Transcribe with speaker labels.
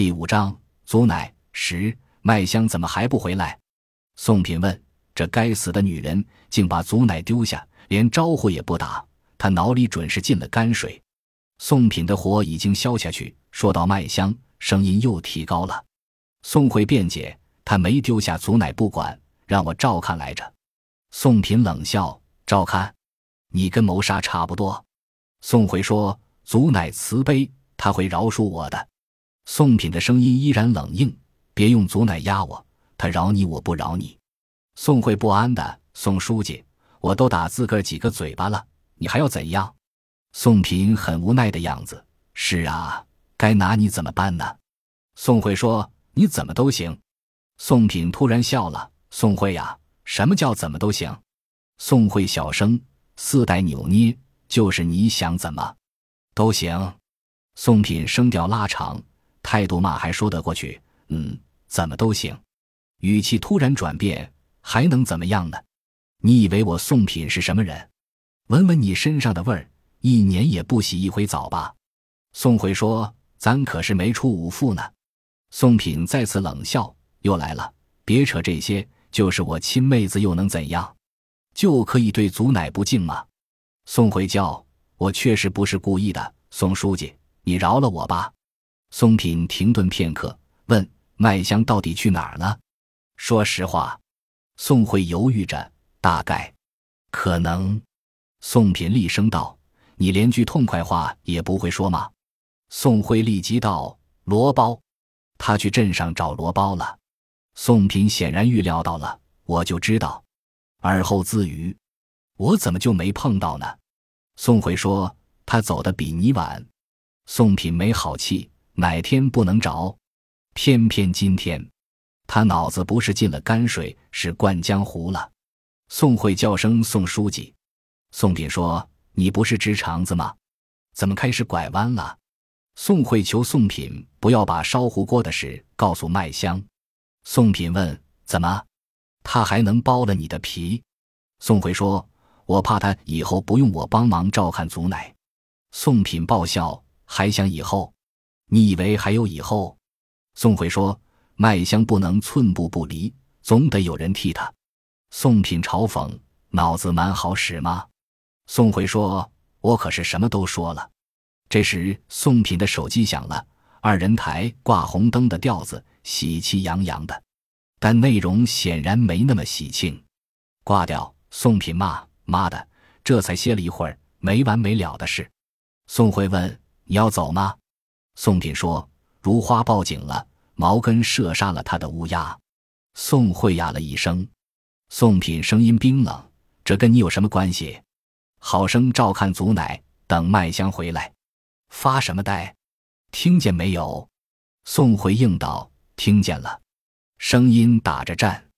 Speaker 1: 第5章祖奶10麦香怎么还不回来？宋品问，这该死的女人竟把祖奶丢下，连招呼也不打，她脑里准是进了泔水。宋品的火已经消下去，说到麦香，声音又提高了。宋慧辩解，她没丢下祖奶不管，让我照看来着。宋品冷笑，照看？你跟谋杀差不多。宋慧说，祖奶慈悲，他会饶恕我的。宋品的声音依然冷硬，别用祖奶压我，他饶你我不饶你。宋慧不安的，宋书记，我都打自个儿几个嘴巴了，你还要怎样？宋品很无奈的样子，是啊，该拿你怎么办呢？宋慧说，你怎么都行。宋品突然笑了，宋慧呀，什么叫怎么都行？宋慧小声，似带扭捏，就是你想怎么都行。宋品声调拉长，态度嘛还说得过去，怎么都行。语气突然转变，还能怎么样呢？你以为我宋品是什么人？闻闻你身上的味儿，1年也不洗一回澡吧？宋慧说，咱可是没出5副呢。宋品再次冷笑，又来了，别扯这些，就是我亲妹子又能怎样？就可以对祖奶不敬吗？宋慧叫，我确实不是故意的，宋书记，你饶了我吧。宋品停顿片刻，问，麦香到底去哪儿了？说实话。宋慧犹豫着，大概可能。宋品厉声道，你连句痛快话也不会说吗？宋慧立即道，罗包，他去镇上找罗包了。宋品显然预料到了，我就知道。而后自语，我怎么就没碰到呢？宋慧说，他走得比你晚。宋品没好气，哪天不能着？偏偏今天。他脑子不是进了泔水，是灌江湖了。宋慧叫声宋书记。宋品说，你不是直肠子吗？怎么开始拐弯了？宋慧求宋品不要把烧糊锅的事告诉麦香。宋品问，怎么？他还能剥了你的皮？宋慧说，我怕他以后不用我帮忙照看祖奶。宋品爆笑，还想以后？你以为还有以后？宋慧说，麦香不能寸步不离，总得有人替他。宋品嘲讽，脑子蛮好使吗？宋慧说，我可是什么都说了。这时宋品的手机响了，2人台挂红灯的调子喜气洋洋的，但内容显然没那么喜庆。挂掉，宋品骂，妈的，这才歇了一会儿，没完没了的事。宋慧问，你要走吗？宋品说，如花报警了，毛根射杀了他的乌鸦。宋慧呀了一声。宋品声音冰冷，这跟你有什么关系？好生照看祖奶，等麦香回来。发什么呆？听见没有？宋慧应道，听见了。声音打着颤。